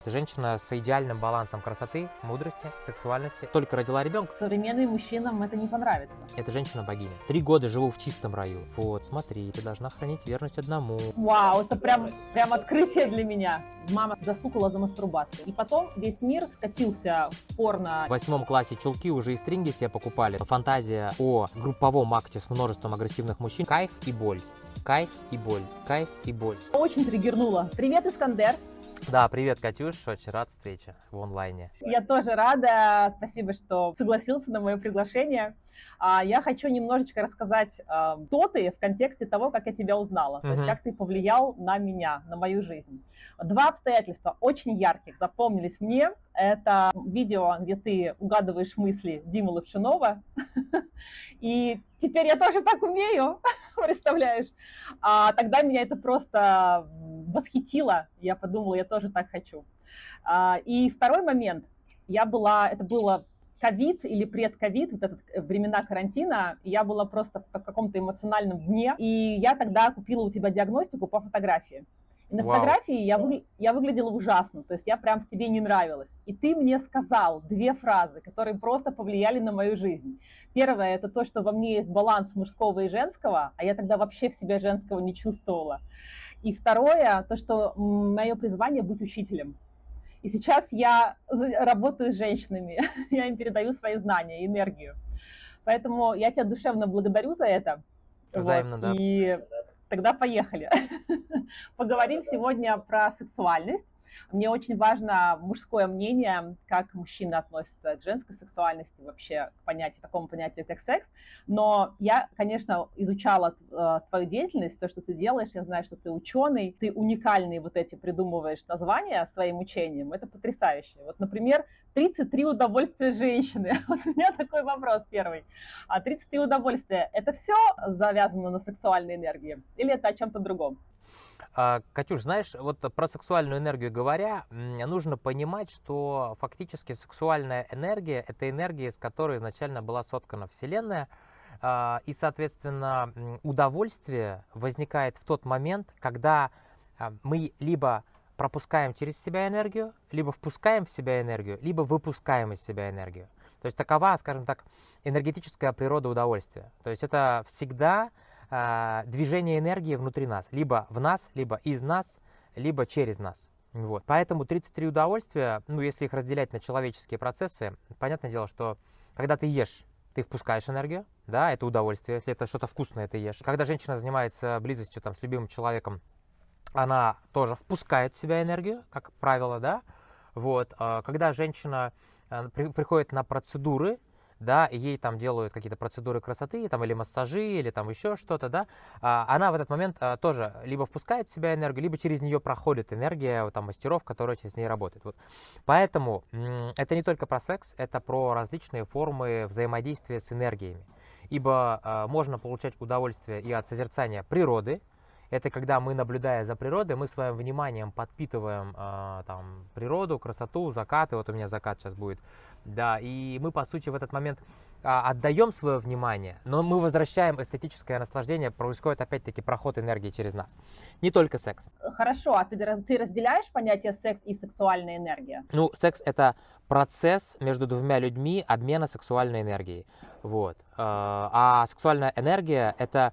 Это женщина с идеальным балансом красоты, мудрости, сексуальности. Только родила ребенка. Современным мужчинам это не понравится. Это женщина-богиня. 3 года живу в чистом раю. Вот, смотри, ты должна хранить верность одному. Вау, это прям открытие для меня. Мама застукала за мастурбацией. И потом весь мир скатился в порно. В 8 классе чулки уже и стринги себе покупали. Фантазия о групповом акте с множеством агрессивных мужчин. Кайф и боль. Кайф и боль. Кайф и боль. Очень триггернула. Привет, Искандер. Да, привет, Катюш. Очень рад встрече в онлайне. Я тоже рада. Спасибо, что согласился на мое приглашение. Я хочу немножечко рассказать, кто ты в контексте того, как я тебя узнала. То есть, как ты повлиял на меня, на мою жизнь. 2 обстоятельства очень ярких запомнились мне. Это видео, где ты угадываешь мысли Димы Лапшинова. И теперь я тоже так умею, представляешь? Тогда меня это просто восхитило. Я подумала, я тоже так хочу. И второй момент. Это было ковид или предковид, вот это времена карантина, я была просто в каком-то эмоциональном дне, и я тогда купила у тебя диагностику по фотографии. И на фотографии я выглядела ужасно, то есть я прям себе не нравилась. И ты мне сказал 2 фразы, которые просто повлияли на мою жизнь. Первое – это то, что во мне есть баланс мужского и женского, а я тогда вообще в себе женского не чувствовала. И второе – то, что мое призвание – быть учителем. И сейчас я работаю с женщинами, я им передаю свои знания, энергию. Поэтому я тебя душевно благодарю за это. Взаимно, да. И тогда поехали. Поговорим сегодня про сексуальность. Мне очень важно мужское мнение, как мужчины относятся к женской сексуальности, вообще к такому понятию, как секс. Но я, конечно, изучала твою деятельность, то, что ты делаешь. Я знаю, что ты ученый, ты уникальные вот эти придумываешь названия своим учением. Это потрясающе. Вот, например, 33 удовольствия женщины. Вот у меня такой вопрос первый. 33 удовольствия – это все завязано на сексуальной энергии или это о чем-то другом? Катюш, знаешь, вот про сексуальную энергию говоря, нужно понимать, что фактически сексуальная энергия – это энергия, из которой изначально была соткана Вселенная, и, соответственно, удовольствие возникает в тот момент, когда мы либо пропускаем через себя энергию, либо впускаем в себя энергию, либо выпускаем из себя энергию. То есть такова, скажем так, энергетическая природа удовольствия. То есть это всегда движение энергии внутри нас, либо в нас, либо из нас, либо через нас. Вот. Поэтому 33 удовольствия, если их разделять на человеческие процессы, понятное дело, что когда ты ешь, ты впускаешь энергию, да, это удовольствие, если это что-то вкусное, ты ешь. Когда женщина занимается близостью с любимым человеком, она тоже впускает в себя энергию, как правило, да. Вот. Когда женщина приходит на процедуры, да, и ей там делают какие-то процедуры красоты, там, или массажи, или там еще что-то, да, она в этот момент тоже либо впускает в себя энергию, либо через нее проходит энергия там, мастеров, которые с ней работают. Вот. Поэтому это не только про секс, это про различные формы взаимодействия с энергиями. Ибо можно получать удовольствие и от созерцания природы. Это когда мы, наблюдая за природой, мы своим вниманием подпитываем там, природу, красоту, закаты. Вот у меня закат сейчас будет. Да, и мы, по сути, в этот момент отдаем свое внимание, но мы возвращаем эстетическое наслаждение, происходит опять-таки проход энергии через нас. Не только секс. Хорошо, а ты разделяешь понятие секс и сексуальная энергия? Секс – это процесс между 2 людьми обмена сексуальной энергией. Вот. А сексуальная энергия – это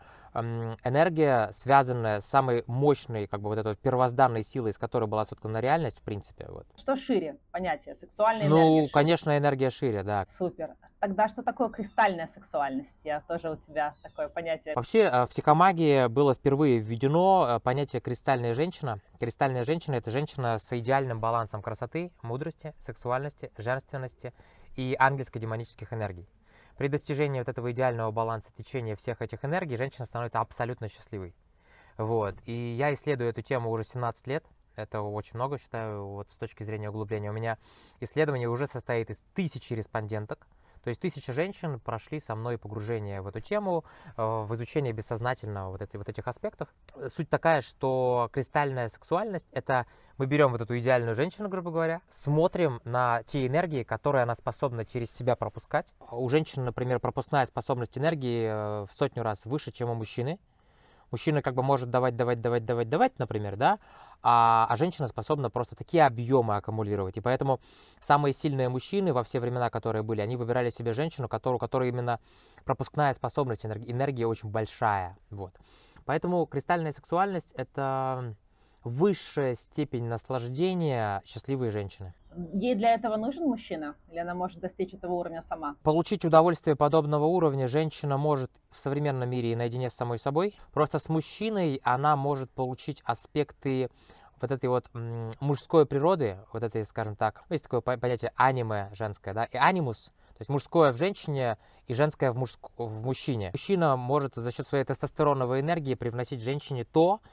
энергия, связанная с самой мощной, вот этой первозданной силой, из которой была соткана реальность, в принципе. Вот. Что шире понятие? Сексуальная энергия шире? Конечно, энергия шире, да. Супер. Тогда что такое кристальная сексуальность? Я тоже у тебя такое понятие. Вообще, в психомагии было впервые введено понятие «кристальная женщина». Кристальная женщина – это женщина с идеальным балансом красоты, мудрости, сексуальности, женственности и ангельско-демонических энергий. При достижении вот этого идеального баланса течения всех этих энергий женщина становится абсолютно счастливой. Вот. И я исследую эту тему уже 17 лет. Это очень много, считаю, вот с точки зрения углубления. У меня исследование уже состоит из 1000 респонденток. То есть 1000 женщин прошли со мной погружение в эту тему, в изучение бессознательного вот этих аспектов. Суть такая, что кристальная сексуальность – это мы берем вот эту идеальную женщину, грубо говоря, смотрим на те энергии, которые она способна через себя пропускать. У женщины, например, пропускная способность энергии в 100 раз выше, чем у мужчины. Мужчина может давать, например, да, а женщина способна просто такие объемы аккумулировать. И поэтому самые сильные мужчины во все времена, которые были, они выбирали себе женщину, у которой именно пропускная способность, энергия очень большая. Вот. Поэтому кристальная сексуальность — это высшая степень наслаждения счастливой женщины. Ей для этого нужен мужчина? Или она может достичь этого уровня сама? Получить удовольствие подобного уровня женщина может в современном мире и наедине с самой собой. Просто с мужчиной она может получить аспекты вот этой вот мужской природы, вот этой, скажем так, есть такое понятие аниме женское, да, и анимус, то есть мужское в женщине и женское в мужчине. Мужчина может за счет своей тестостероновой энергии привносить женщине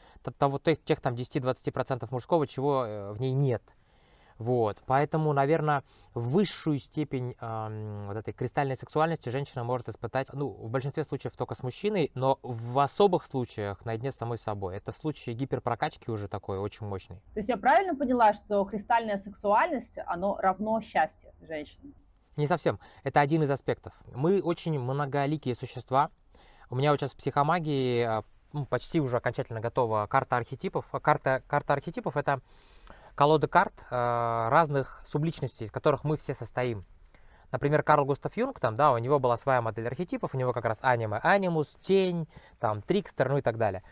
тех там 10-20% мужского, чего в ней нет. Вот, поэтому, наверное, высшую степень вот этой кристальной сексуальности женщина может испытать, ну, в большинстве случаев только с мужчиной, но в особых случаях наедине с самой собой. Это в случае гиперпрокачки уже такой очень мощный. То есть я правильно поняла, что кристальная сексуальность, оно равно счастью женщины? Не совсем. Это один из аспектов. Мы очень многоликие существа. У меня вот сейчас в психомагии почти уже окончательно готова карта архетипов. Карта архетипов — это колода карт разных субличностей, из которых мы все состоим. Например, Карл Густав Юнг, там, да, у него была своя модель архетипов, у него как раз аниме, анимус, тень, там, трикстер, ну и так далее.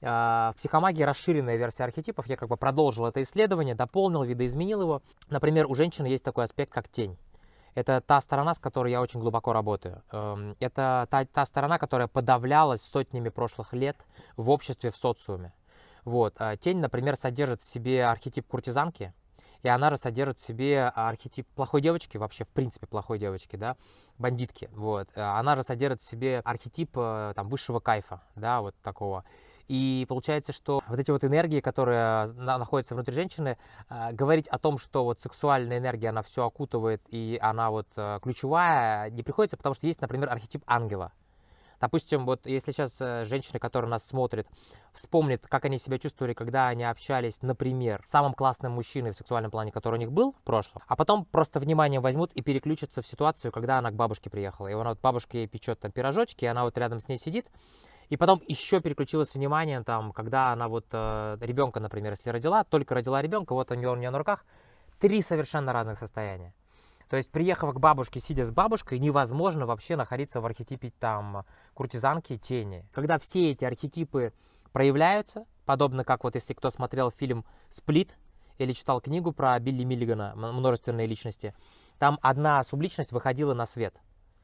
В психомагии расширенная версия архетипов, я как бы продолжил это исследование, дополнил, видоизменил его. Например, у женщины есть такой аспект, как тень. Это та сторона, с которой я очень глубоко работаю. Это та сторона, которая подавлялась сотнями прошлых лет в обществе, в социуме. Вот. Тень, например, содержит в себе архетип куртизанки, и она же содержит в себе архетип плохой девочки, вообще, в принципе, плохой девочки, да, бандитки. Вот. Она же содержит в себе архетип там, высшего кайфа, да, вот такого. И получается, что вот эти вот энергии, которые находятся внутри женщины, говорить о том, что вот сексуальная энергия, она все окутывает, и она вот ключевая, не приходится, потому что есть, например, архетип ангела. Допустим, вот если сейчас женщины, которые нас смотрят, вспомнят, как они себя чувствовали, когда они общались, например, с самым классным мужчиной в сексуальном плане, который у них был в прошлом, а потом просто внимание возьмут и переключатся в ситуацию, когда она к бабушке приехала. И она вот бабушка ей печет там пирожочки, и она вот рядом с ней сидит, и потом еще переключилась внимание, там, когда она вот ребенка, например, если родила, только родила ребенка, вот у нее на руках 3 совершенно разных состояния. То есть, приехав к бабушке, сидя с бабушкой, невозможно вообще находиться в архетипе там куртизанки, тени. Когда все эти архетипы проявляются, подобно как вот если кто смотрел фильм «Сплит» или читал книгу про Билли Миллигана «Множественные личности», там одна субличность выходила на свет.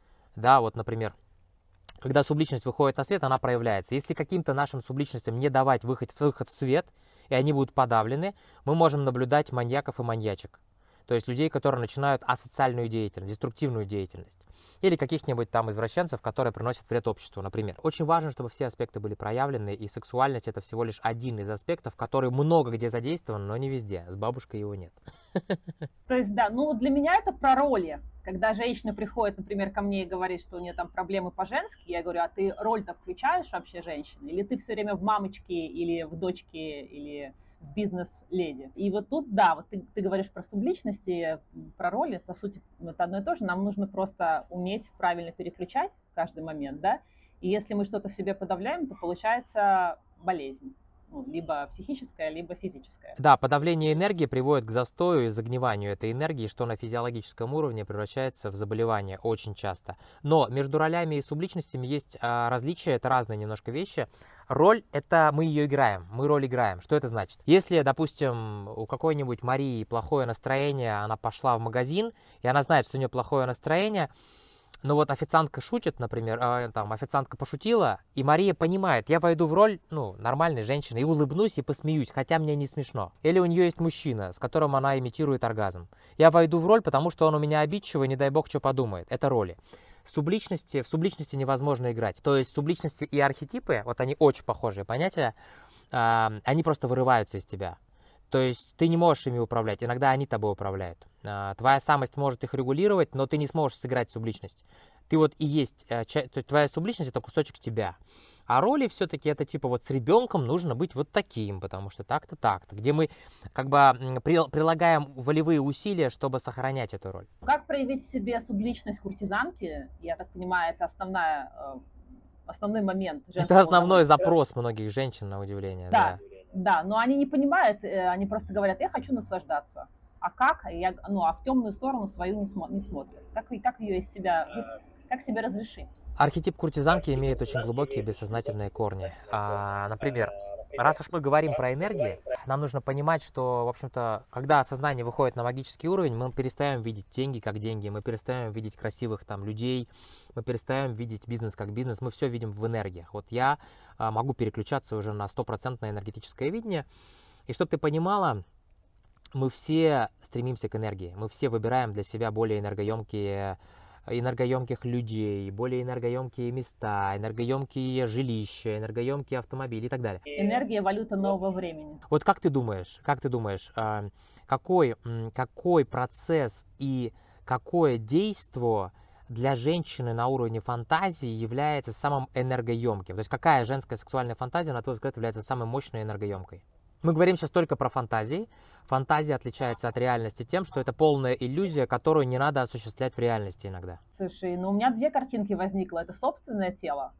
Да, вот, например, когда субличность выходит на свет, она проявляется. Если каким-то нашим субличностям не давать выход в свет, и они будут подавлены, мы можем наблюдать маньяков и маньячек. То есть людей, которые начинают асоциальную деятельность, деструктивную деятельность. Или каких-нибудь там извращенцев, которые приносят вред обществу, например. Очень важно, чтобы все аспекты были проявлены, и сексуальность — это всего лишь один из аспектов, который много где задействован, но не везде. С бабушкой его нет. То есть, да, ну для меня это про роли. Когда женщина приходит, например, ко мне и говорит, что у нее там проблемы по-женски, я говорю, а ты роль-то включаешь вообще женщины? Или ты все время в мамочке, или в дочке, или в бизнес-леди? И вот тут, да, вот ты говоришь про субличности, про роли, по сути, это одно и то же. Нам нужно просто уметь правильно переключать в каждый момент, да? И если мы что-то в себе подавляем, то получается болезнь. Ну, либо психическое, либо физическое. Да, подавление энергии приводит к застою и загниванию этой энергии, что на физиологическом уровне превращается в заболевание очень часто. Но между ролями и субличностями есть различия, это разные немножко вещи. Роль — это мы ее играем, мы роль играем. Что это значит? Если, допустим, у какой-нибудь Марии плохое настроение, она пошла в магазин, и она знает, что у нее плохое настроение, но вот официантка шутит, например, там официантка пошутила, и Мария понимает, я войду в роль, ну, нормальной женщины, и улыбнусь, и посмеюсь, хотя мне не смешно. Или у нее есть мужчина, с которым она имитирует оргазм. Я войду в роль, потому что он у меня обидчивый, не дай бог, что подумает. Это роли. В субличности невозможно играть. То есть субличности и архетипы, вот они очень похожие понятия, они просто вырываются из тебя. То есть ты не можешь ими управлять, иногда они тобой управляют. Твоя самость может их регулировать, но ты не сможешь сыграть субличность. Ты вот и есть, твоя субличность — это кусочек тебя. А роли все-таки это типа вот с ребенком нужно быть вот таким, потому что так-то, так-то, где мы как бы прилагаем волевые усилия, чтобы сохранять эту роль. Как проявить в себе субличность куртизанки? Я так понимаю, это основной момент. Это основной запрос многих женщин, на удивление. Да. Да, но они не понимают, они просто говорят, я хочу наслаждаться. А как? А в темную сторону свою не смотрят. Как ее из себя, как себе разрешить? Архетип куртизанки имеет очень глубокие бессознательные корни. Например, раз уж мы говорим про энергии, нам нужно понимать, что, в общем-то, когда сознание выходит на магический уровень, мы перестаем видеть деньги как деньги, мы перестаем видеть красивых там людей, мы перестаем видеть бизнес как бизнес, мы все видим в энергиях. Вот я могу переключаться уже на 100% энергетическое видение. И чтобы ты понимала, мы все стремимся к энергии, мы все выбираем для себя более энергоемких людей, более энергоемкие места, энергоемкие жилища, энергоемкие автомобили и так далее. Энергия — валюта нового времени. Вот как ты думаешь, какой процесс и какое действо для женщины на уровне фантазии является самым энергоемким? То есть какая женская сексуальная фантазия, на твой взгляд, является самой мощной и энергоемкой? Мы говорим сейчас только про фантазии. Фантазия отличается от реальности тем, что это полная иллюзия, которую не надо осуществлять в реальности иногда. Слушай, ну у меня две картинки возникло. Это собственное тело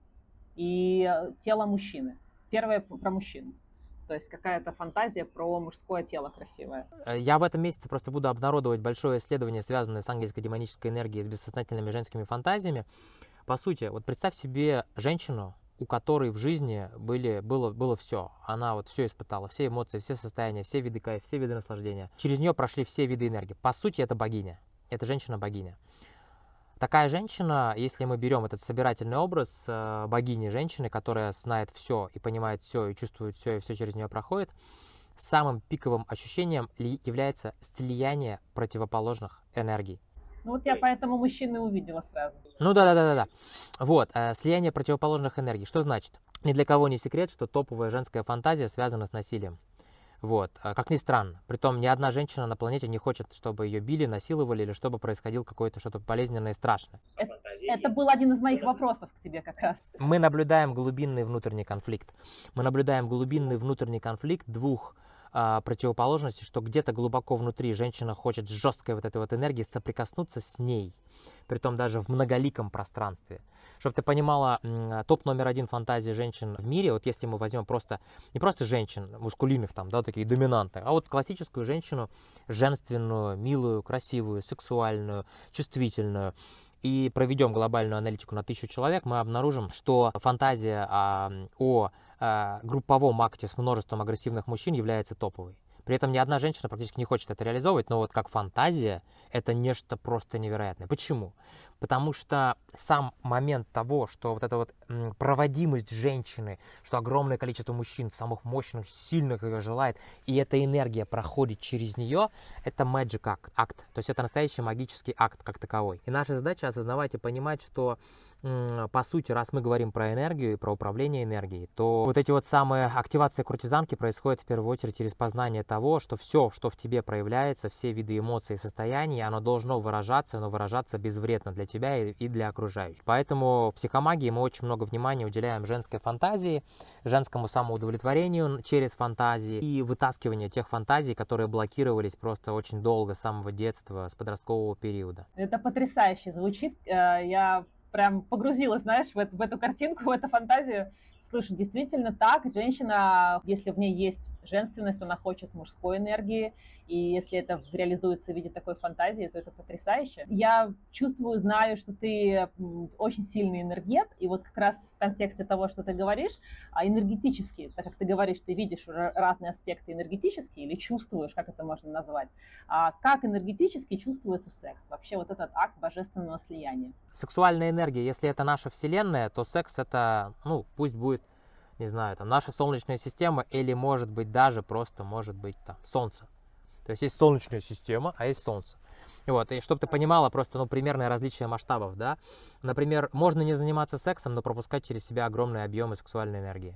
и тело мужчины. Первое про мужчину. То есть какая-то фантазия про мужское тело красивое. Я в этом месяце просто буду обнародовать большое исследование, связанное с ангельской демонической энергией, с бессознательными женскими фантазиями. По сути, вот представь себе женщину, у которой в жизни было все. Она вот все испытала, все эмоции, все состояния, все виды кайфа, все виды наслаждения. Через нее прошли все виды энергии. По сути, это богиня. Это женщина-богиня. Такая женщина, если мы берем этот собирательный образ богини-женщины, которая знает все и понимает все, и чувствует все, и все через нее проходит, самым пиковым ощущением является слияние противоположных энергий. Ну вот я поэтому мужчины увидела сразу. Ну да. Вот, слияние противоположных энергий. Что значит? Ни для кого не секрет, что топовая женская фантазия связана с насилием. Вот, как ни странно. Притом ни одна женщина на планете не хочет, чтобы ее били, насиловали или чтобы происходило какое-то что-то болезненное и страшное. Это был один из моих вопросов к тебе как раз. Мы наблюдаем глубинный внутренний конфликт. Мы наблюдаем глубинный внутренний конфликт двух противоположностей, что где-то глубоко внутри женщина хочет жесткой вот этой вот энергии соприкоснуться с ней, притом даже в многоликом пространстве. Чтобы ты понимала, топ номер один фантазии женщин в мире, вот если мы возьмем просто, не просто женщин, мускулинных там, да, такие доминанты, а вот классическую женщину, женственную, милую, красивую, сексуальную, чувствительную, и проведем глобальную аналитику на 1000 человек, мы обнаружим, что фантазия о групповом акте с множеством агрессивных мужчин является топовой. При этом ни одна женщина практически не хочет это реализовывать, но вот как фантазия это нечто просто невероятное. Почему? Потому что сам момент того, что вот эта вот проводимость женщины, что огромное количество мужчин, самых мощных, сильных ее желает, и эта энергия проходит через нее, это magic акт. То есть это настоящий магический акт как таковой. И наша задача осознавать и понимать, что по сути, раз мы говорим про энергию и про управление энергией, то вот эти вот самые активации куртизанки происходят в первую очередь через познание того, что все, что в тебе проявляется, все виды эмоций и состояний, оно должно выражаться, но выражаться безвредно для тебя и для окружающих. Поэтому в психомагии мы очень много внимания уделяем женской фантазии, женскому самоудовлетворению через фантазии и вытаскиванию тех фантазий, которые блокировались просто очень долго с самого детства, с подросткового периода. Это потрясающе звучит. Я прям погрузилась, знаешь, в эту картинку, в эту фантазию. Слушай, действительно так, женщина, если в ней есть женственность, она хочет мужской энергии, и если это реализуется в виде такой фантазии, то это потрясающе. Я чувствую, знаю, что ты очень сильный энергет, и вот как раз в контексте того, что ты говоришь, энергетически, так как ты говоришь, ты видишь разные аспекты энергетические или чувствуешь, как это можно назвать, как энергетически чувствуется секс, вообще вот этот акт божественного слияния. Сексуальная энергия, если это наша Вселенная, то секс это, ну, пусть будет, не знаю, там, наша Солнечная система или, может быть, даже просто, может быть, там, Солнце. То есть есть Солнечная система, а есть Солнце. Вот, и чтобы ты понимала просто, ну, примерное различие масштабов, да. Например, можно не заниматься сексом, но пропускать через себя огромные объемы сексуальной энергии.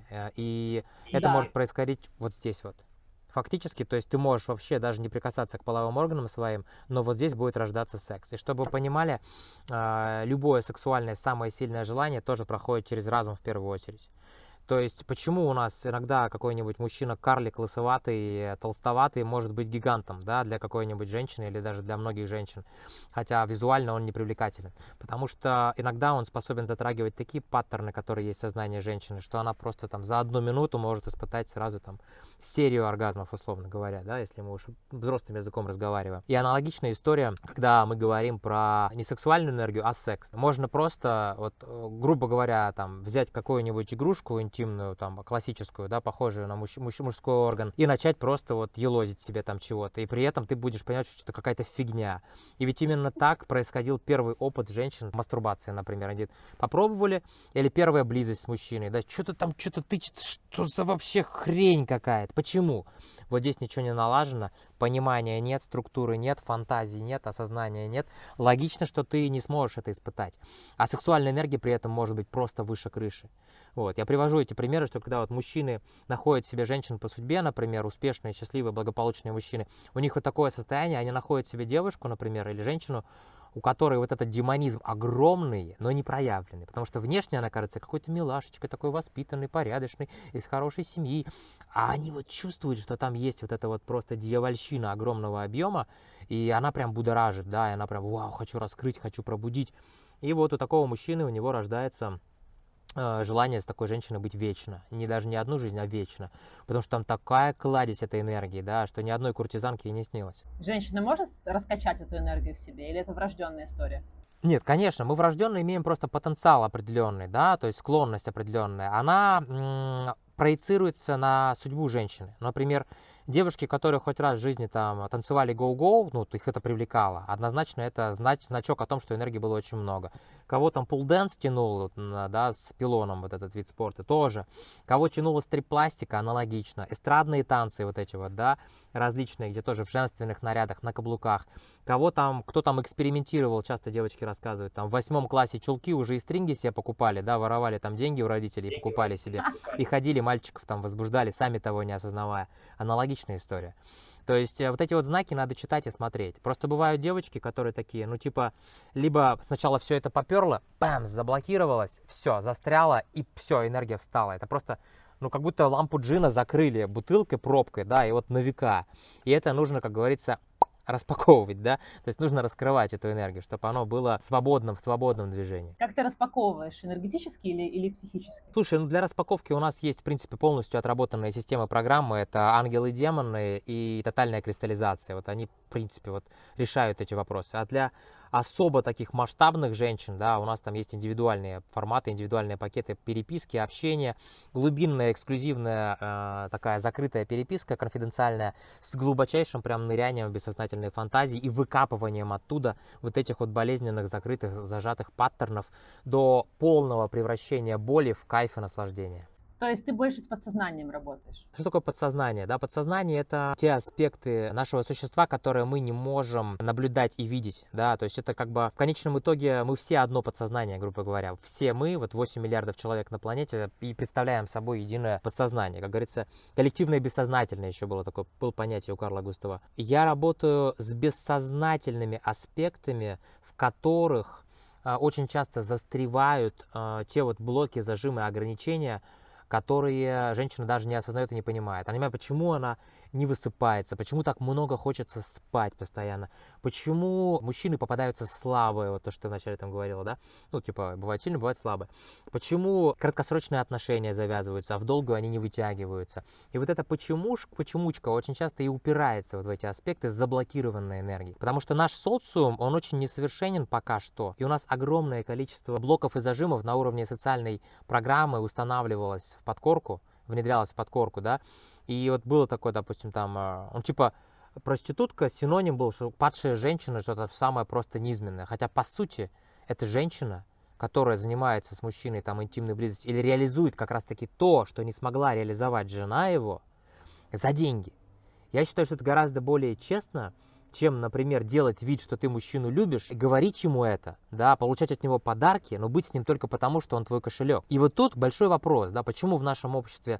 И это может происходить вот здесь вот. Фактически, то есть ты можешь вообще даже не прикасаться к половым органам своим, но вот здесь будет рождаться секс. И чтобы вы понимали, любое сексуальное, самое сильное желание тоже проходит через разум в первую очередь. То есть, почему у нас иногда какой-нибудь мужчина-карлик, лысоватый, толстоватый может быть гигантом, да, для какой-нибудь женщины или даже для многих женщин, хотя визуально он не привлекателен. Потому что иногда он способен затрагивать такие паттерны, которые есть в сознании женщины, что она просто там за 1 минуту может испытать сразу там серию оргазмов, условно говоря, да, если мы уж взрослым языком разговариваем. И аналогичная история, когда мы говорим про не сексуальную энергию, а секс. Можно просто, вот, грубо говоря, там, взять какую-нибудь игрушку интимную, там, классическую, да, похожую на мужской орган, и начать просто вот елозить себе там чего-то. И при этом ты будешь понимать, что это какая-то фигня. И ведь именно так происходил первый опыт женщин мастурбации, например. Они попробовали, или первая близость с мужчиной, да, что-то там, что-то тычет, что за вообще хрень какая-то. Почему? Вот здесь ничего не налажено, понимания нет, структуры нет, фантазии нет, осознания нет. Логично, что ты не сможешь это испытать. А сексуальная энергия при этом может быть просто выше крыши. Вот. Я привожу эти примеры, что когда вот мужчины находят себе женщин по судьбе, например, успешные, счастливые, благополучные мужчины, у них вот такое состояние, они находят себе девушку, например, или женщину, у которой вот этот демонизм огромный, но не проявленный. Потому что внешне она кажется какой-то милашечкой, такой воспитанный, порядочный, из хорошей семьи. А они вот чувствуют, что там есть вот эта вот просто дьявольщина огромного объема, и она прям будоражит, да, и она прям, вау, хочу раскрыть, хочу пробудить. И вот у такого мужчины, у него рождается желание с такой женщиной быть вечно. Не даже не одну жизнь, а вечно. Потому что там такая кладезь этой энергии, да, что ни одной куртизанке и не снилось. Женщина может раскачать эту энергию в себе, или это врожденная история? Нет, конечно, мы врожденно имеем просто потенциал определенный, да, то есть склонность определенная. Она проецируется на судьбу женщины. Например, девушки, которые хоть раз в жизни там танцевали гоу-гоу, ну, их это привлекало. Однозначно это значок о том, что энергии было очень много. Кого там пул-дэнс тянул, да, с пилоном, вот этот вид спорта, тоже. Кого тянуло стрип-пластика, аналогично. Эстрадные танцы вот эти вот, да, различные, где тоже в женственных нарядах, на каблуках. Кто там экспериментировал, часто девочки рассказывают, там в 8 классе чулки уже и стринги себе покупали, да, воровали там деньги у родителей и покупали себе. И ходили, мальчиков там возбуждали, сами того не осознавая. Аналогичная история. То есть вот эти вот знаки надо читать и смотреть. Просто бывают девочки, которые такие, ну типа, либо сначала все это поперло, бам, заблокировалось, все, застряло, и все, энергия встала. Это просто, ну как будто лампу джина закрыли бутылкой, пробкой, да, и вот на века. И это нужно, как говорится, распаковывать, да, то есть нужно раскрывать эту энергию, чтобы оно было в свободном движении. Как ты распаковываешь, энергетически или психически? Слушай, ну для распаковки у нас есть, в принципе, полностью отработанные системы программы, это ангелы и демоны и тотальная кристаллизация, вот они, в принципе, вот решают эти вопросы. А для особо таких масштабных женщин, да, у нас там есть индивидуальные форматы, индивидуальные пакеты переписки, общения, глубинная, эксклюзивная, такая закрытая переписка, конфиденциальная, с глубочайшим прям нырянием в бессознательные фантазии и выкапыванием оттуда вот этих вот болезненных, закрытых, зажатых паттернов до полного превращения боли в кайф и наслаждение. То есть ты больше с подсознанием работаешь? Что такое подсознание? Да, подсознание — это те аспекты нашего существа, которые мы не можем наблюдать и видеть. Да? То есть это как бы в конечном итоге мы все одно подсознание, грубо говоря. Все мы, вот 8 миллиардов человек на планете, и представляем собой единое подсознание. Как говорится, коллективное бессознательное еще было понятие у Карла Густава. Я работаю с бессознательными аспектами, в которых очень часто застревают те вот блоки, зажимы, ограничения, которые женщина даже не осознает и не понимает. Она не понимает, почему она не высыпается, почему так много хочется спать постоянно, почему мужчины попадаются слабые, вот то, что ты вначале там говорила, да, ну, типа, бывает сильно, бывает слабые, почему краткосрочные отношения завязываются, а в долгую они не вытягиваются. И вот эта почемучка очень часто и упирается вот в эти аспекты заблокированной энергии, потому что наш социум, он очень несовершенен пока что, и у нас огромное количество блоков и зажимов на уровне социальной программы устанавливалось в подкорку, внедрялось в подкорку, да. И вот было такое, допустим, там, типа, проститутка, синоним был, что падшая женщина, что-то самое просто низменное. Хотя, по сути, это женщина, которая занимается с мужчиной там интимной близостью или реализует как раз-таки то, что не смогла реализовать жена его, за деньги. Я считаю, что это гораздо более честно, чем, например, делать вид, что ты мужчину любишь, и говорить ему это, да, получать от него подарки, но быть с ним только потому, что он твой кошелек. И вот тут большой вопрос, да, почему в нашем обществе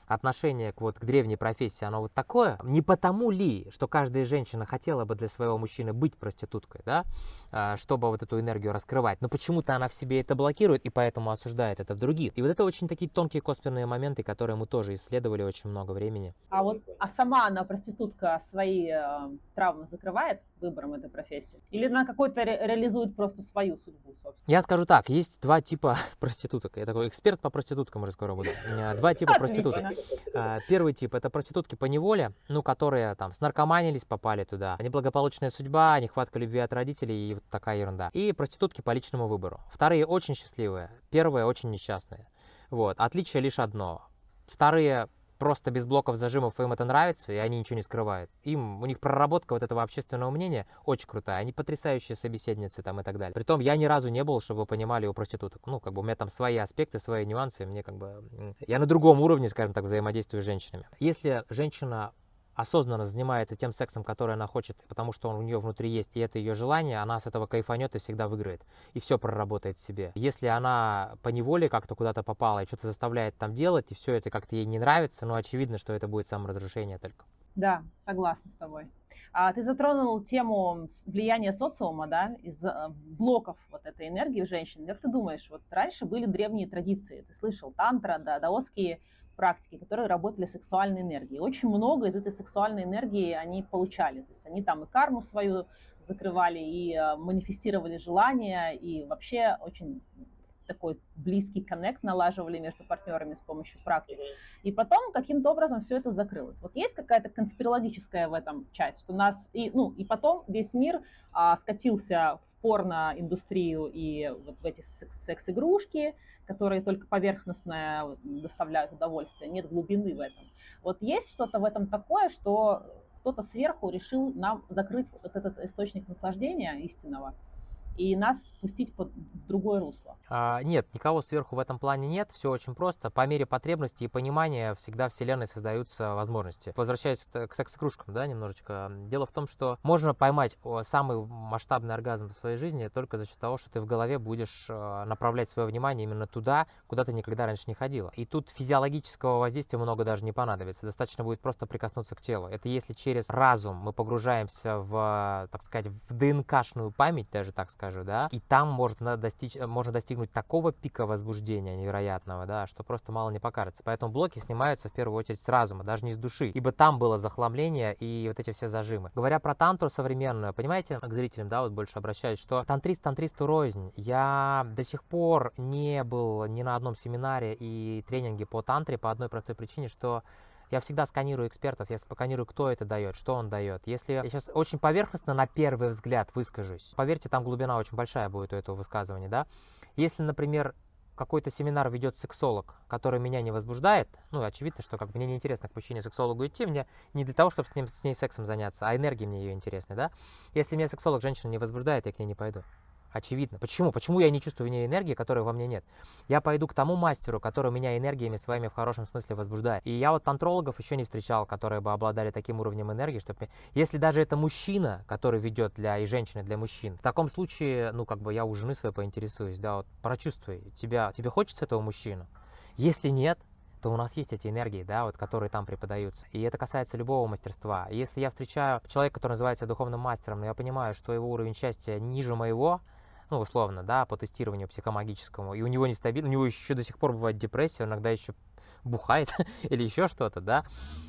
отношение к древней профессии, оно вот такое? Не потому ли, что каждая женщина хотела бы для своего мужчины быть проституткой, да, чтобы вот эту энергию раскрывать, но почему-то она в себе это блокирует и поэтому осуждает это в других. И вот это очень такие тонкие косвенные моменты, которые мы тоже исследовали очень много времени. А сама она, проститутка, свои травмы закрывает выбором этой профессии? Или она какой-то реализует просто свою судьбу, собственно? Я скажу так, есть два типа проституток. Я такой эксперт по проституткам уже скоро буду. Два типа проституток. Первый тип — это проститутки по неволе, которые там снаркоманились, попали туда. Неблагополучная судьба, нехватка любви от родителей и вот такая ерунда. И проститутки по личному выбору. Вторые очень счастливые, первые очень несчастные. Вот. Отличие лишь одно. Вторые просто без блоков зажимов, им это нравится, и они ничего не скрывают. У них проработка вот этого общественного мнения очень крутая. Они потрясающие собеседницы там и так далее. Притом я ни разу не был, чтобы вы понимали, у проституток. У меня там свои аспекты, свои нюансы. Я на другом уровне, скажем так, взаимодействую с женщинами. Если женщина осознанно занимается тем сексом, который она хочет, потому что он у нее внутри есть, и это ее желание, она с этого кайфанет и всегда выиграет. И все проработает в себе. Если она по неволе как-то куда-то попала и что-то заставляет там делать, и все это как-то ей не нравится, очевидно, что это будет саморазрушение только. Да, согласна с тобой. Ты затронул тему влияния социума, да, из блоков вот этой энергии в женщин. Как ты думаешь, вот раньше были древние традиции, ты слышал, тантра, да, даосские практики, которые работали с сексуальной энергией. Очень много из этой сексуальной энергии они получали. То есть они там и карму свою закрывали, и манифестировали желания, и вообще очень такой близкий коннект налаживали между партнерами с помощью практик. И потом каким-то образом все это закрылось. Вот есть какая-то конспирологическая в этом часть, что и потом весь мир скатился в порно-индустрию и вот в эти секс-игрушки, которые только поверхностно доставляют удовольствие, нет глубины в этом. Вот есть что-то в этом такое, что кто-то сверху решил нам закрыть вот этот источник наслаждения истинного и нас пустить в другое русло? Нет, никого сверху в этом плане нет, все очень просто. По мере потребностей и понимания всегда в Вселенной создаются возможности. Возвращаясь к секс-игрушкам, да, немножечко. Дело в том, что можно поймать самый масштабный оргазм в своей жизни только за счет того, что ты в голове будешь направлять свое внимание именно туда, куда ты никогда раньше не ходила. И тут физиологического воздействия много даже не понадобится. Достаточно будет просто прикоснуться к телу. Это если через разум мы погружаемся в, так сказать, в ДНК-шную память, даже так скажем, да, и там можно достигнуть такого пика возбуждения невероятного, да, что просто мало не покажется. Поэтому блоки снимаются в первую очередь с разума, даже не с души, ибо там было захламление и вот эти все зажимы. Говоря про тантру современную, понимаете, к зрителям, да, вот больше обращаюсь, что тантристу рознь. Я до сих пор не был ни на одном семинаре и тренинге по тантре по одной простой причине, что я всегда сканирую экспертов, я сканирую, кто это дает, что он дает. Если я сейчас очень поверхностно на первый взгляд выскажусь, поверьте, там глубина очень большая будет у этого высказывания, да. Если, например, какой-то семинар ведет сексолог, который меня не возбуждает, очевидно, что мне неинтересно к мужчине-сексологу идти, мне не для того, чтобы с ней сексом заняться, а энергии мне ее интересны, да. Если меня сексолог, женщина, не возбуждает, я к ней не пойду. Очевидно. Почему? Почему я не чувствую в ней энергии, которой во мне нет? Я пойду к тому мастеру, который меня энергиями своими в хорошем смысле возбуждает. И я вот тантрологов еще не встречал, которые бы обладали таким уровнем энергии, чтобы... Если даже это мужчина, который ведет и женщины для мужчин, в таком случае, я у жены своей поинтересуюсь, да, вот прочувствуй, тебе хочется этого мужчину? Если нет, то у нас есть эти энергии, да, вот, которые там преподаются. И это касается любого мастерства. И если я встречаю человека, который называется духовным мастером, но я понимаю, что его уровень счастья ниже моего, условно, да, по тестированию психомагическому, и у него нестабильно, у него еще до сих пор бывает депрессия, он иногда еще бухает или еще что-то, да,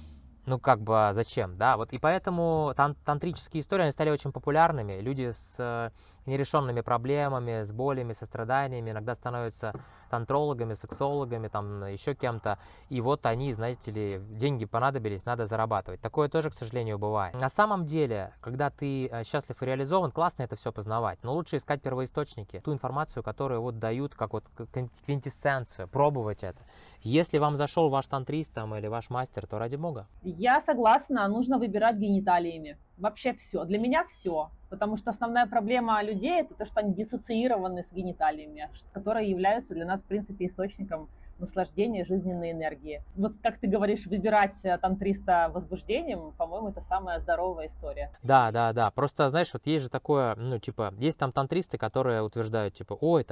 зачем, да, вот, и поэтому тантрические истории, они стали очень популярными, люди с нерешенными проблемами, с болями, со страданиями иногда становятся тантрологами, сексологами, там, еще кем-то, и вот они, знаете ли, деньги понадобились, надо зарабатывать. Такое тоже, к сожалению, бывает. На самом деле, когда ты счастлив и реализован, классно это все познавать, но лучше искать первоисточники, ту информацию, которую вот дают, как вот квинтэссенцию, пробовать это. Если вам зашел ваш тантрист там, или ваш мастер, то ради бога. Я согласна, нужно выбирать гениталиями. Вообще все. Для меня все. Потому что основная проблема людей — это то, что они диссоциированы с гениталиями, которые являются для нас, в принципе, источником наслаждения, жизненной энергии. Вот как ты говоришь, выбирать тантриста возбуждением, по-моему, это самая здоровая история. Да. Просто, знаешь, вот есть же такое, есть там тантристы, которые утверждают, ой, там,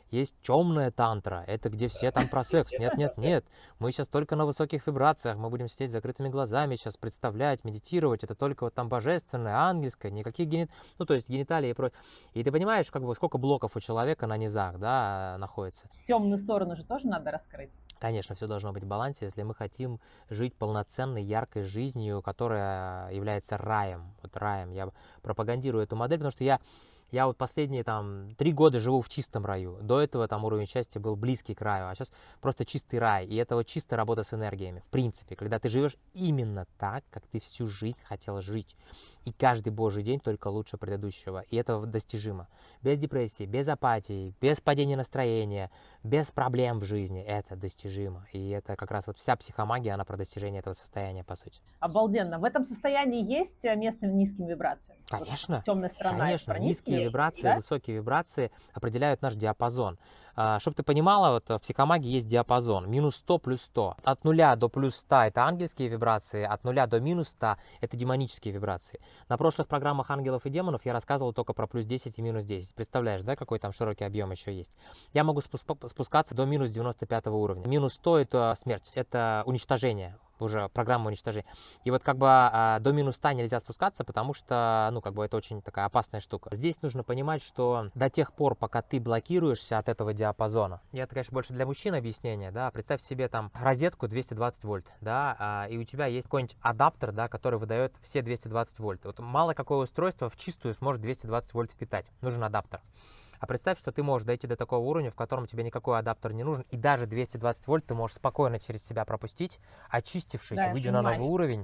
есть темная тантра, это где все там про секс. Нет, нет, нет, мы сейчас только на высоких вибрациях, мы будем сидеть с закрытыми глазами, сейчас представлять, медитировать, это только вот там божественное, ангельское, никаких ну, то есть гениталии и прочее. И ты понимаешь, как бы сколько блоков у человека на низах, да, находится. Темную сторону же тоже надо раскрыть. Конечно, все должно быть в балансе, если мы хотим жить полноценной, яркой жизнью, которая является раем. Вот раем. Я пропагандирую эту модель, потому что я вот последние там 3 года живу в чистом раю. До этого там уровень счастья был близкий к раю, а сейчас просто чистый рай. И это вот чистая работа с энергиями. В принципе, когда ты живешь именно так, как ты всю жизнь хотел жить. И каждый божий день только лучше предыдущего. И это достижимо. Без депрессии, без апатии, без падения настроения, без проблем в жизни. Это достижимо. И это как раз вот вся психомагия, она про достижение этого состояния, по сути. Обалденно. В этом состоянии есть место низким вибрациям? Конечно. Вот темная сторона. Конечно. Низкие вибрации, да? высокие вибрации определяют наш диапазон. Чтобы ты понимала, вот в психомагии есть диапазон. Минус 100 плюс 100. От 0 до плюс 100 это ангельские вибрации, от 0 до минус 100 это демонические вибрации. На прошлых программах ангелов и демонов я рассказывал только про плюс 10 и минус 10. Представляешь, да, какой там широкий объем еще есть? Я могу спускаться до минус 95 уровня. Минус 100 это смерть, это уничтожение. Уже программа уничтожения. И вот как бы до минус 100 нельзя спускаться, потому что, ну, как бы это очень такая опасная штука. Здесь нужно понимать, что до тех пор, пока ты блокируешься от этого диапазона, это, конечно, больше для мужчин объяснение, да, представь себе там розетку 220 вольт, да, и у тебя есть какой-нибудь адаптер, да, который выдает все 220 вольт. Вот мало какое устройство в чистую сможет 220 вольт впитать. Нужен адаптер. А представь, что ты можешь дойти до такого уровня, в котором тебе никакой адаптер не нужен, и даже 220 вольт ты можешь спокойно через себя пропустить, очистившись, да, выйдя на новый уровень,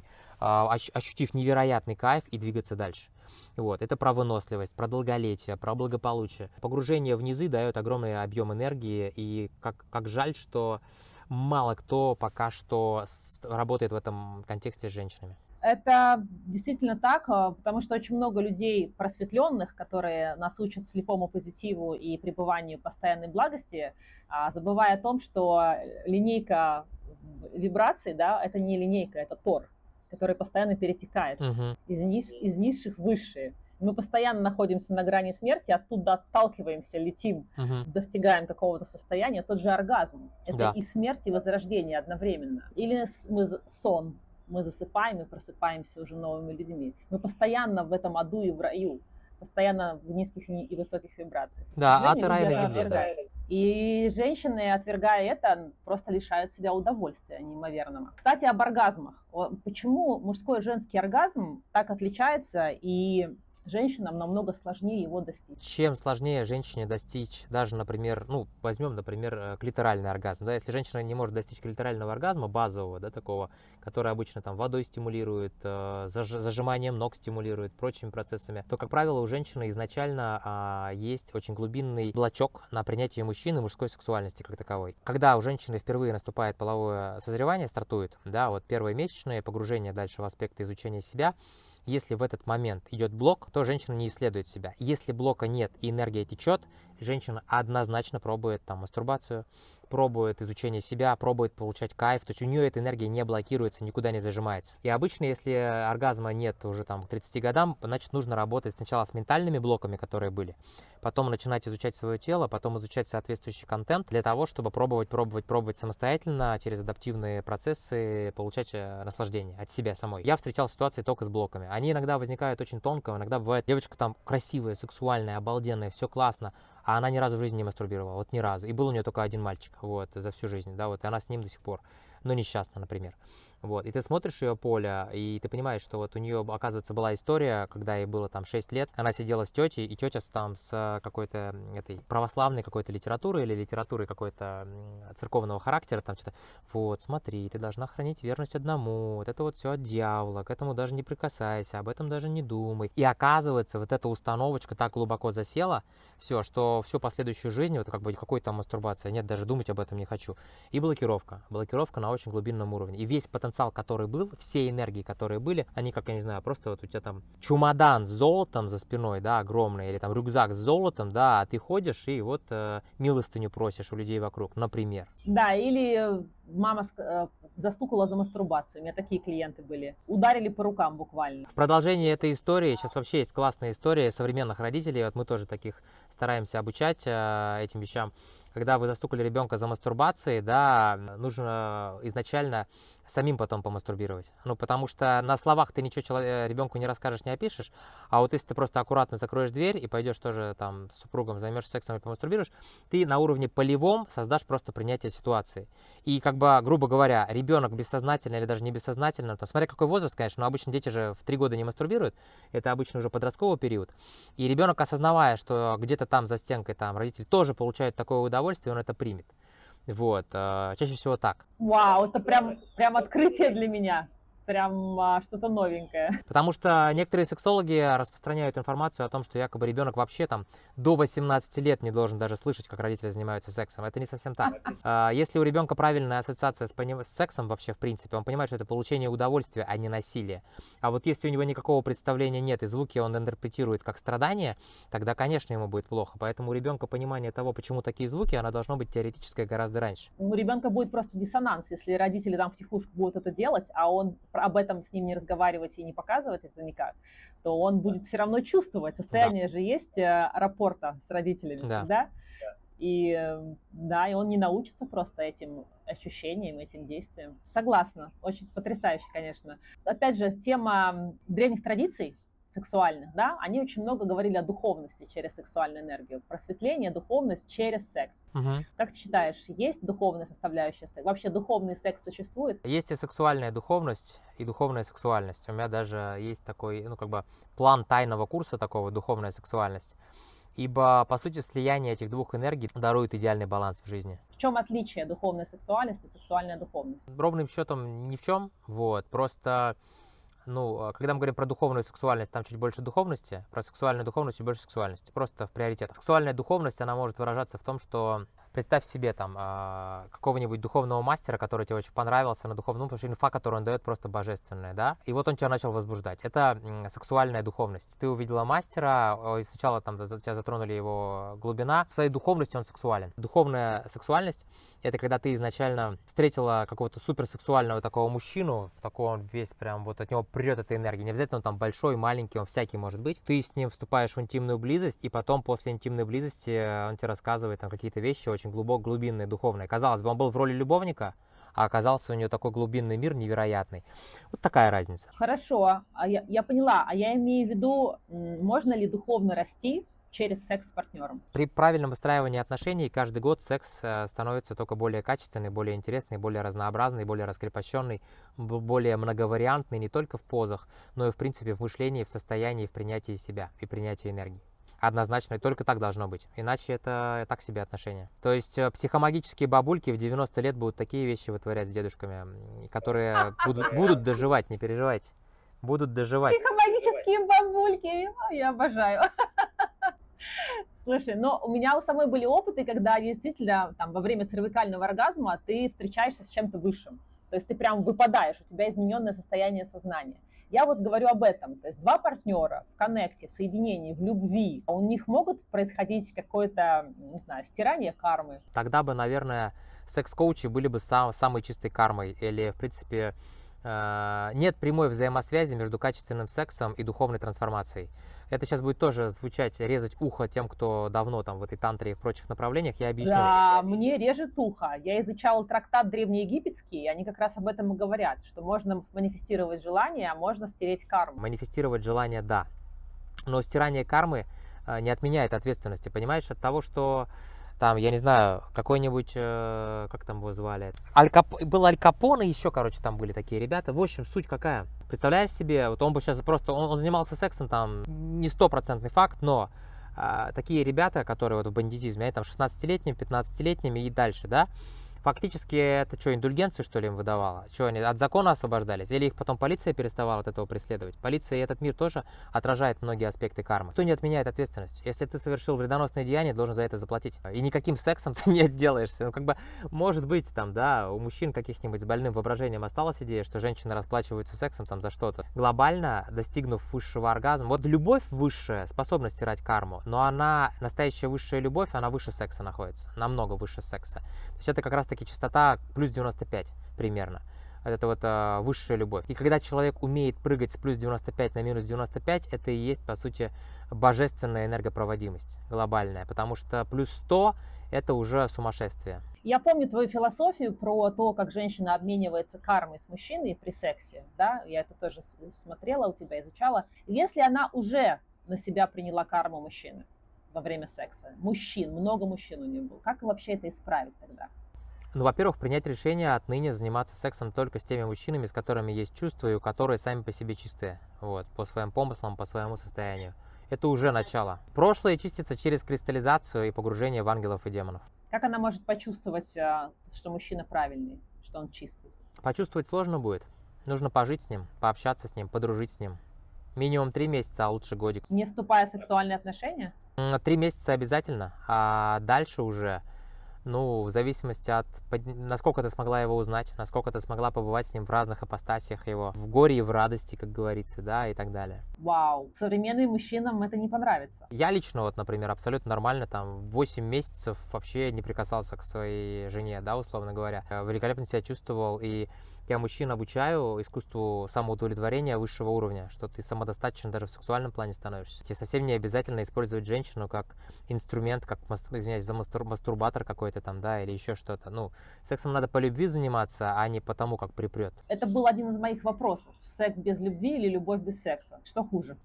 ощутив невероятный кайф и двигаться дальше. Вот. Это про выносливость, про долголетие, про благополучие. Погружение в низы дает огромный объем энергии, и как жаль, что мало кто пока что работает в этом контексте с женщинами. Это действительно так, потому что очень много людей просветленных, которые нас учат слепому позитиву и пребыванию в постоянной благости, забывая о том, что линейка вибраций, да, это не линейка, это тор, который постоянно перетекает из низших в высшие. Мы постоянно находимся на грани смерти, оттуда отталкиваемся, летим, достигаем какого-то состояния. Тот же оргазм. Это и смерть, и возрождение одновременно. Или сон. Мы засыпаем и просыпаемся уже новыми людьми. Мы постоянно в этом аду и в раю, постоянно в низких и высоких вибрациях. Да, ад и рай на земле. Да. И женщины, отвергая это, просто лишают себя удовольствия неимоверного. Кстати, об оргазмах. Почему мужской и женский оргазм так отличается, и женщинам намного сложнее его достичь? Чем сложнее женщине достичь даже, например, ну, возьмем, например, клиторальный оргазм. Да, если женщина не может достичь клиторального оргазма, базового, да, такого, который обычно там водой стимулирует, зажиманием ног стимулирует, прочими процессами, то, как правило, у женщины изначально есть очень глубинный блочок на принятие мужчины мужской сексуальности как таковой. Когда у женщины впервые наступает половое созревание, стартует, да, вот первые месячные, погружение дальше в аспекты изучения себя, если в этот момент идет блок, то женщина не исследует себя. Если блока нет и энергия течет, женщина однозначно пробует там мастурбацию, пробует изучение себя, пробует получать кайф. То есть у нее эта энергия не блокируется, никуда не зажимается. И обычно, если оргазма нет уже там к 30 годам, значит нужно работать сначала с ментальными блоками, которые были, потом начинать изучать свое тело, потом изучать соответствующий контент для того, чтобы пробовать самостоятельно через адаптивные процессы получать наслаждение от себя самой. Я встречал ситуации только с блоками. Они иногда возникают очень тонко, иногда бывает девочка там красивая, сексуальная, обалденная, все классно, а она ни разу в жизни не мастурбировала, вот ни разу. И был у нее только один мальчик, вот, за всю жизнь, да, вот, и она с ним до сих пор, но несчастна, например. Вот, и ты смотришь ее поле, и ты понимаешь, что вот у нее, оказывается, была история, когда ей было там 6 лет, она сидела с тетей, и тетя там с какой-то этой православной какой-то литературы или литературой какой-то церковного характера, там что-то, вот, смотри, ты должна хранить верность одному, вот это вот все от дьявола, к этому даже не прикасайся, об этом даже не думай. И оказывается, вот эта установочка так глубоко засела, все, что всю последующую жизнь, вот как бы какой там мастурбация, нет, даже думать об этом не хочу. И блокировка на очень глубинном уровне. И весь потенциал потенциал, который был, все энергии, которые были, они, как, я не знаю, просто вот у тебя там чемодан с золотом за спиной, да, огромный, или там рюкзак с золотом, да, а ты ходишь и вот милостыню просишь у людей вокруг, например. Да, или мама застукала за мастурбацию. У меня такие клиенты были. Ударили по рукам буквально. В продолжении этой истории, сейчас вообще есть классная история современных родителей, вот мы тоже таких стараемся обучать этим вещам. Когда вы застукали ребенка за мастурбацией, да, нужно изначально самим потом помастурбировать. Ну, потому что на словах ты ничего ребенку не расскажешь, не опишешь, а вот если ты просто аккуратно закроешь дверь и пойдешь тоже там с супругом, займешься сексом и помастурбируешь, ты на уровне полевом создашь просто принятие ситуации. И как бы, грубо говоря, ребенок бессознательно или даже не бессознательно, то смотря какой возраст, конечно, но обычно дети же в 3 года не мастурбируют, это обычно уже подростковый период. И ребенок, осознавая, что где-то там за стенкой там родители тоже получают такое удовольствие, он это примет. Вот, чаще всего так. Вау, это прям открытие для меня. Прям что-то новенькое. Потому что некоторые сексологи распространяют информацию о том, что якобы ребенок вообще там до 18 лет не должен даже слышать, как родители занимаются сексом. Это не совсем так. Если у ребенка правильная ассоциация с сексом вообще в принципе, он понимает, что это получение удовольствия, а не насилие. А вот если у него никакого представления нет и звуки он интерпретирует как страдание, тогда, конечно, ему будет плохо. Поэтому у ребенка понимание того, почему такие звуки, оно должно быть теоретическое гораздо раньше. У ребенка будет просто диссонанс, если родители там втихушку будут это делать, а он об этом с ним не разговаривать и не показывать это никак, то он будет все равно чувствовать. Состояние же есть рапорта с родителями всегда. И да, и он не научится просто этим ощущениям, этим действиям. Согласна, очень потрясающе, конечно. Опять же, тема древних традиций сексуальных, да, они очень много говорили о духовности через сексуальную энергию. Просветление, духовность через секс. Угу. Как ты считаешь, есть духовная составляющая секса? Вообще духовный секс существует? Есть и сексуальная духовность, и духовная сексуальность. У меня даже есть такой, ну, как бы план тайного курса такого, духовная сексуальность. Ибо, по сути, слияние этих двух энергий дарует идеальный баланс в жизни. В чем отличие духовной сексуальности и сексуальной духовности? Ровным счетом ни в чем. Вот. Просто, ну, когда мы говорим про духовную сексуальность, там чуть больше духовности, про сексуальную духовность чуть больше сексуальности. Просто в приоритетах. Сексуальная духовность, она может выражаться в том, что представь себе там какого-нибудь духовного мастера, который тебе очень понравился на духовном, потому что инфа, которую он дает, просто божественная, да, и вот он тебя начал возбуждать. Это сексуальная духовность. Ты увидела мастера, и сначала там тебя затронули его глубина, в своей духовности он сексуален. Духовная сексуальность — это когда ты изначально встретила какого-то суперсексуального такого мужчину, такого он весь прям, вот от него прет эта энергия, не обязательно он там большой, маленький, он всякий может быть. Ты с ним вступаешь в интимную близость, и потом после интимной близости он тебе рассказывает там какие-то вещи очень глубинные, духовные. Казалось бы, он был в роли любовника, а оказался у нее такой глубинный мир невероятный. Вот такая разница. Хорошо, я поняла. А я имею в виду, можно ли духовно расти через секс с партнером? При правильном выстраивании отношений каждый год секс становится только более качественный, более интересный, более разнообразный, более раскрепощенный, более многовариантный не только в позах, но и в принципе в мышлении, в состоянии, в принятии себя и принятии энергии. Однозначно, и только так должно быть. Иначе это так себе отношения. То есть психомагические бабульки в 90 лет будут такие вещи вытворять с дедушками, которые будут доживать, не переживайте. Будут доживать. Психомагические бабульки, я обожаю. Слушай, но у меня у самой были опыты, когда действительно там, во время цервикального оргазма ты встречаешься с чем-то высшим. То есть ты прям выпадаешь, у тебя измененное состояние сознания. Я вот говорю об этом. То есть два партнера в коннекте, в соединении, в любви, у них могут происходить какое-то, не знаю, стирание кармы. Тогда бы, наверное, секс-коучи были бы самой чистой кармой. Или, в принципе, нет прямой взаимосвязи между качественным сексом и духовной трансформацией. Это сейчас будет тоже звучать, резать ухо тем, кто давно там в этой тантре и в прочих направлениях, я объясню. Да, мне режет ухо. Я изучала трактат древнеегипетский, и они как раз об этом и говорят, что можно манифестировать желание, а можно стереть карму. Манифестировать желание, да. Но стирание кармы не отменяет ответственности, понимаешь, от того, что там, я не знаю, какой-нибудь, как там его звали, был Аль Капоне, еще, короче, там были такие ребята. В общем, суть какая? Представляешь себе, вот он бы сейчас просто, он занимался сексом, там, не 100% факт, но такие ребята, которые вот в бандитизме, они там 16-летними, 15-летними и дальше, да, Фактически это что, индульгенцию, что ли, им выдавала? Что, они от закона освобождались? Или их потом полиция переставала от этого преследовать? Полиция и этот мир тоже отражает многие аспекты кармы. Кто не отменяет ответственность? Если ты совершил вредоносное деяние, должен за это заплатить. И никаким сексом ты не отделаешься. Ну, как бы, может быть, там, да, у мужчин каких-нибудь с больным воображением осталась идея, что женщины расплачиваются сексом там за что-то. Глобально, достигнув высшего оргазма, вот любовь высшая способна стирать карму, но она, настоящая высшая любовь, она выше секса находится, намного выше секса. То есть это как раз-таки частота плюс 95 примерно. Это вот высшая любовь. И когда человек умеет прыгать с плюс 95 на минус 95, это и есть, по сути, божественная энергопроводимость глобальная. Потому что плюс 100 это уже сумасшествие. Я помню твою философию про то, как женщина обменивается кармой с мужчиной при сексе. Да? Я это тоже смотрела у тебя, изучала. Если она уже на себя приняла карму мужчины во время секса, много мужчин у нее было, как вообще это исправить тогда? Ну, во-первых, принять решение отныне заниматься сексом только с теми мужчинами, с которыми есть чувства и у которых сами по себе чистые. Вот, по своим помыслам, по своему состоянию. Это уже начало. Прошлое чистится через кристаллизацию и погружение в ангелов и демонов. Как она может почувствовать, что мужчина правильный, что он чистый? Почувствовать сложно будет. Нужно пожить с ним, пообщаться с ним, подружить с ним. Минимум 3 месяца, а лучше годик. Не вступая в сексуальные отношения? 3 месяца обязательно, а дальше уже, ну, в зависимости от, насколько ты смогла его узнать, насколько ты смогла побывать с ним в разных ипостасиях его, в горе и в радости, как говорится, да, и так далее. Вау, современным мужчинам это не понравится. Я лично, вот, например, абсолютно нормально, там, 8 месяцев вообще не прикасался к своей жене, да, условно говоря. Великолепно себя чувствовал, и я мужчин обучаю искусству самоудовлетворения высшего уровня, что ты самодостаточен даже в сексуальном плане становишься. Тебе совсем не обязательно использовать женщину как инструмент, как, извиняюсь, за мастурбатор какой-то там, да, или еще что-то. Ну, сексом надо по любви заниматься, а не потому, как припрет. Это был один из моих вопросов. Секс без любви или любовь без секса? Что хуже?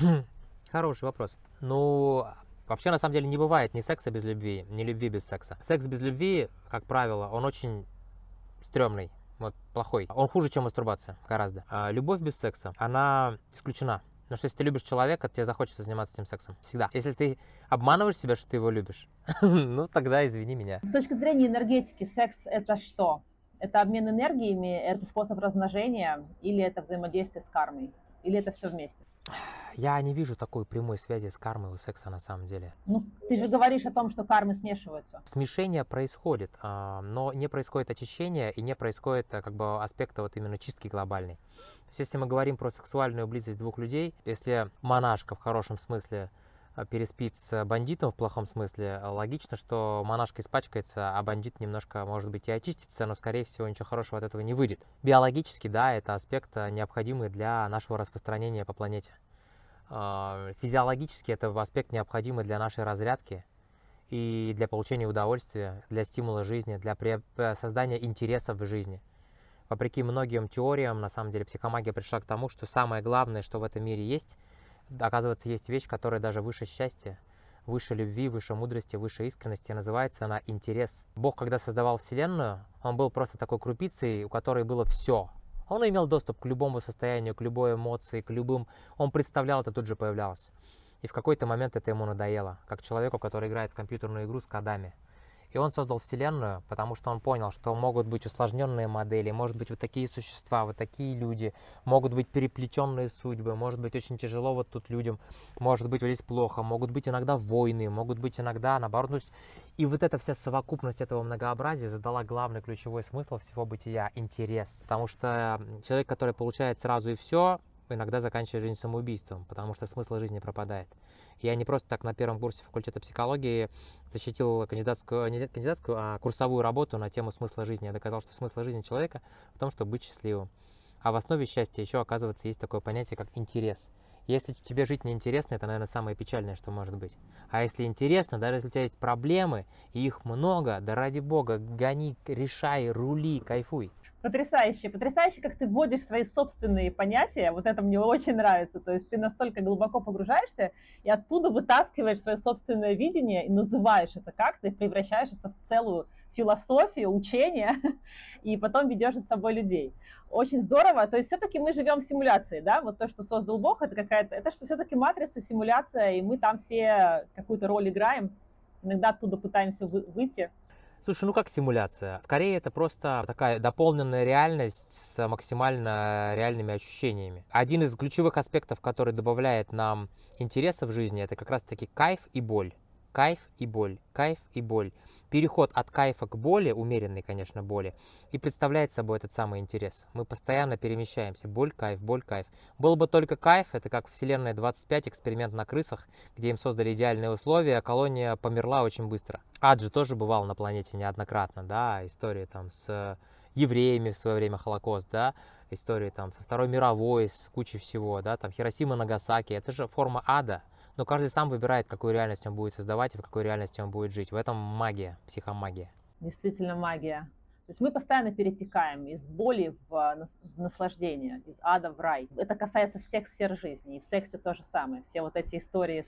Хороший вопрос. Ну, вообще, на самом деле, не бывает ни секса без любви, ни любви без секса. Секс без любви, как правило, он очень стрёмный. Вот, плохой. Он хуже, чем мастурбация, гораздо. А любовь без секса, она исключена. Потому что если ты любишь человека, тебе захочется заниматься этим сексом. Всегда. Если ты обманываешь себя, что ты его любишь, ну тогда извини меня. С точки зрения энергетики, секс это что? Это обмен энергиями, это способ размножения, или это взаимодействие с кармой? Или это все вместе? Я не вижу такой прямой связи с кармой у секса на самом деле. Ну, ты же говоришь о том, что кармы смешиваются. Смешение происходит, но не происходит очищение и не происходит как бы аспекта вот именно чистки глобальной. То есть если мы говорим про сексуальную близость двух людей, если монашка в хорошем смысле переспит с бандитом в плохом смысле, логично, что монашка испачкается, а бандит немножко, может быть, и очистится, но, скорее всего, ничего хорошего от этого не выйдет. Биологически, да, это аспект необходимый для нашего распространения по планете. Физиологически это аспект необходимый для нашей разрядки и для получения удовольствия, для стимула жизни, для создания интересов в жизни. Вопреки многим теориям, на самом деле, психомагия пришла к тому, что самое главное, что в этом мире есть, оказывается, есть вещь, которая даже выше счастья, выше любви, выше мудрости, выше искренности, называется она интерес. Бог, когда создавал Вселенную, он был просто такой крупицей, у которой было все. Он имел доступ к любому состоянию, к любой эмоции, к любым... Он представлял, это тут же появлялось. И в какой-то момент это ему надоело, как человеку, который играет в компьютерную игру с кодами. И он создал Вселенную, потому что он понял, что могут быть усложненные модели, может быть вот такие существа, вот такие люди, могут быть переплетенные судьбы, может быть очень тяжело вот тут людям, может быть вот здесь плохо, могут быть иногда войны, могут быть иногда наоборот. Ну, и вот эта вся совокупность этого многообразия задала главный ключевой смысл всего бытия – интерес. Потому что человек, который получает сразу и все, иногда заканчивает жизнь самоубийством, потому что смысл жизни пропадает. Я не просто так на первом курсе факультета психологии защитил курсовую работу на тему смысла жизни. Я доказал, что смысл жизни человека в том, чтобы быть счастливым. А в основе счастья еще, оказывается, есть такое понятие, как интерес. Если тебе жить неинтересно, это, наверное, самое печальное, что может быть. А если интересно, даже если у тебя есть проблемы, и их много, да ради бога, гони, решай, рули, кайфуй. Потрясающе, потрясающе, как ты вводишь свои собственные понятия, вот это мне очень нравится, то есть ты настолько глубоко погружаешься и оттуда вытаскиваешь свое собственное видение и называешь это как-то, и превращаешь это в целую философию, учение, и потом ведешь за собой людей. Очень здорово, то есть все-таки мы живем в симуляции, да, вот то, что создал Бог, это какая-то, это что все-таки матрица, симуляция, и мы там все какую-то роль играем, иногда оттуда пытаемся выйти. Слушай, ну как симуляция? Скорее это просто такая дополненная реальность с максимально реальными ощущениями. Один из ключевых аспектов, который добавляет нам интереса в жизни, это как раз-таки кайф и боль. Кайф и боль, кайф и боль. Переход от кайфа к боли, умеренной, конечно, боли, и представляет собой этот самый интерес. Мы постоянно перемещаемся. Боль, кайф, боль, кайф. Был бы только кайф, это как Вселенная 25, эксперимент на крысах, где им создали идеальные условия, а колония померла очень быстро. Ад же тоже бывал на планете неоднократно, да, истории там с евреями в свое время, Холокост, да, истории там со Второй мировой, с кучей всего, да, там Хиросима, Нагасаки, это же форма ада. Но каждый сам выбирает, какую реальность он будет создавать и в какой реальности он будет жить. В этом магия, психомагия. Действительно магия. То есть мы постоянно перетекаем из боли в наслаждение, из ада в рай. Это касается всех сфер жизни. И в сексе то же самое. Все вот эти истории,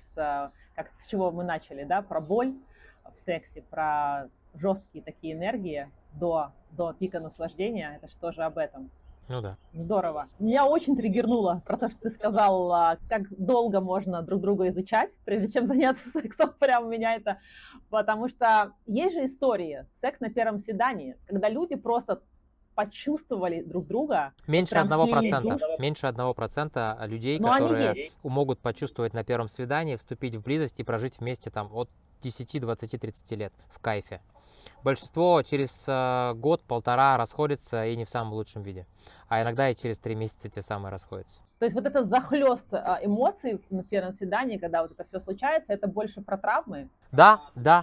с чего мы начали, да, про боль в сексе, про жесткие такие энергии до пика наслаждения, это же тоже об этом. Ну да. Здорово. Меня очень триггернуло про то, что ты сказал, как долго можно друг друга изучать, прежде чем заняться сексом. Прям меня это... Потому что есть же истории, секс на первом свидании, когда люди просто почувствовали друг друга. Меньше 1%. Меньше 1% людей, но которые могут почувствовать на первом свидании, вступить в близость и прожить вместе там от 10, 20, 30 лет в кайфе. Большинство через год-полтора расходится и не в самом лучшем виде. А иногда и через 3 месяца те самые расходятся. То есть вот этот захлест эмоций на первом свидании, когда вот это все случается, это больше про травмы? Да,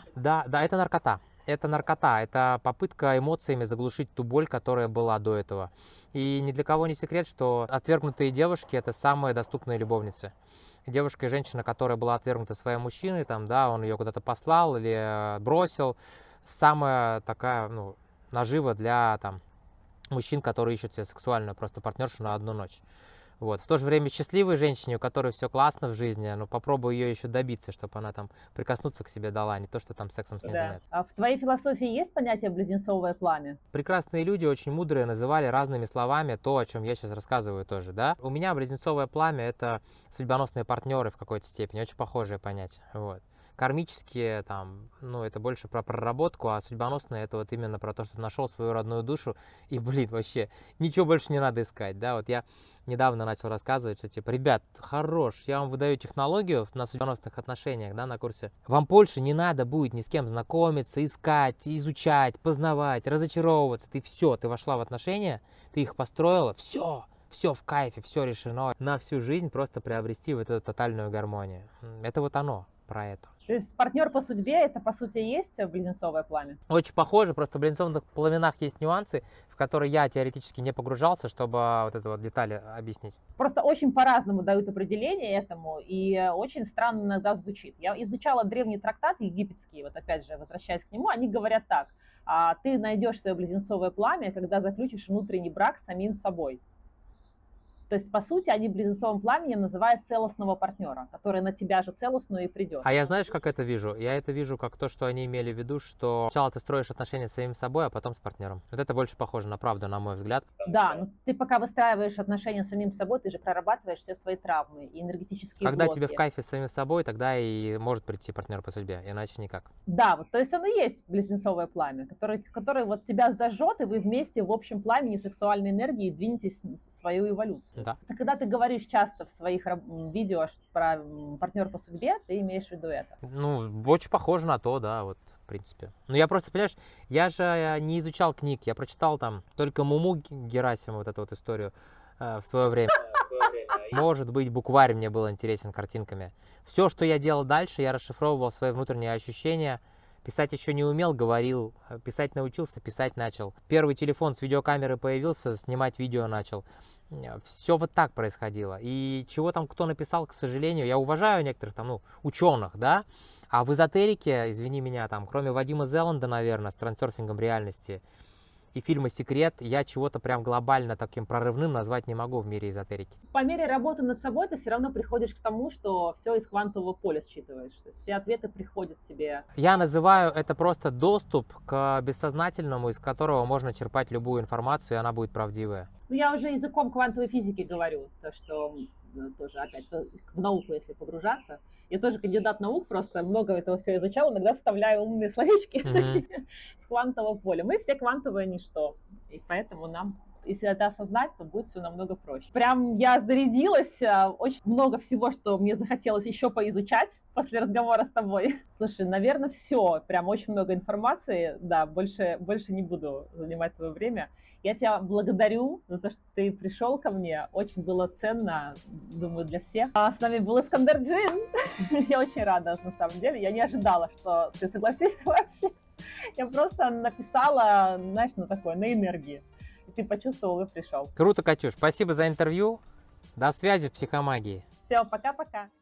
это наркота. Это наркота, это попытка эмоциями заглушить ту боль, которая была до этого. И ни для кого не секрет, что отвергнутые девушки – это самые доступные любовницы. Девушка и женщина, которая была отвергнута своим мужчиной, там, да, он ее куда-то послал или бросил, самая такая, ну, нажива для там, мужчин, которые ищут себе сексуальную просто партнершу на одну ночь. Вот. В то же время счастливой женщине, у которой все классно в жизни, ну попробуй ее еще добиться, чтобы она там прикоснуться к себе дала, не то, что там сексом с ней заняться. А в твоей философии есть понятие близнецовое пламя? Прекрасные люди, очень мудрые, называли разными словами то, о чем я сейчас рассказываю тоже, да. У меня близнецовое пламя — это судьбоносные партнеры в какой-то степени, очень похожее понятие, вот. Кармические, там, ну, это больше про проработку, а судьбоносные — это вот именно про то, что ты нашел свою родную душу, и, блин, вообще ничего больше не надо искать, да, вот я недавно начал рассказывать, что, типа, ребят, хорош, я вам выдаю технологию на судьбоносных отношениях, да, на курсе, вам больше не надо будет ни с кем знакомиться, искать, изучать, познавать, разочаровываться, ты вошла в отношения, ты их построила, все в кайфе, все решено, на всю жизнь просто приобрести вот эту тотальную гармонию, это вот оно, про это. То есть партнер по судьбе — это, по сути, и есть близнецовое пламя? Очень похоже, просто в близнецовых пламенах есть нюансы, в которые я теоретически не погружался, чтобы вот это вот детали объяснить. Просто очень по-разному дают определение этому, и очень странно иногда звучит. Я изучала древний трактат египетский, вот опять же, возвращаясь к нему, они говорят так: ты найдешь свое близнецовое пламя, когда заключишь внутренний брак с самим собой. То есть, по сути, они близнецовым пламенем называют целостного партнера, который на тебя же целостную и придет. А я знаешь, как это вижу? Я это вижу как то, что они имели в виду, что сначала ты строишь отношения с самим собой, а потом с партнером. Вот это больше похоже на правду, на мой взгляд. Да, но ты пока выстраиваешь отношения с самим собой, ты же прорабатываешь все свои травмы и энергетические Когда блоки. тебе в кайфе с самим собой, тогда и может прийти партнер по судьбе, иначе никак. Да, вот, то есть оно и есть близнецовое пламя, которое вот тебя зажжет, и вы вместе в общем пламени сексуальной энергии двинетесь в свою эволюцию. Да. Когда ты говоришь часто в своих видео про партнер по судьбе, ты имеешь в виду это? Ну, очень похоже на то, да, вот, в принципе. Ну, я просто, понимаешь, я же не изучал книг, я прочитал там только Муму Герасимова, вот эту вот историю в свое время. Может быть, букварь мне был интересен картинками. Все, что я делал дальше, я расшифровывал свои внутренние ощущения. Писать еще не умел, говорил. Писать научился, писать начал. Первый телефон с видеокамерой появился, снимать видео начал. Все вот так происходило. И чего там кто написал, к сожалению, я уважаю некоторых там, ну, ученых, да, а в эзотерике, извини меня, там, кроме Вадима Зеланда, наверное, с трансерфингом реальности и фильма «Секрет», я чего-то прям глобально таким прорывным назвать не могу в мире эзотерики. По мере работы над собой ты все равно приходишь к тому, что все из квантового поля считываешь. То есть все ответы приходят тебе. Я называю это просто доступ к бессознательному, из которого можно черпать любую информацию, и она будет правдивая. Ну, я уже языком квантовой физики говорю, то что тоже опять в науку, если погружаться. Я тоже кандидат наук, просто много этого всего изучала, иногда вставляю умные словечки с квантового поля. Мы все квантовое ничто, и поэтому нам, если это осознать, то будет все намного проще. Прям я зарядилась, очень много всего, что мне захотелось еще поизучать после разговора с тобой. Слушай, наверное, все, прям очень много информации, да, больше не буду занимать твое время. Я тебя благодарю за то, что ты пришел ко мне, очень было ценно, думаю, для всех. С нами был Искандер Джин, я очень рада, на самом деле, я не ожидала, что ты согласишься вообще. Я просто написала, знаешь, такое, на энергии. И ты почувствовал и пришел. Круто, Катюш. Спасибо за интервью. До связи в психомагии. Все, пока-пока.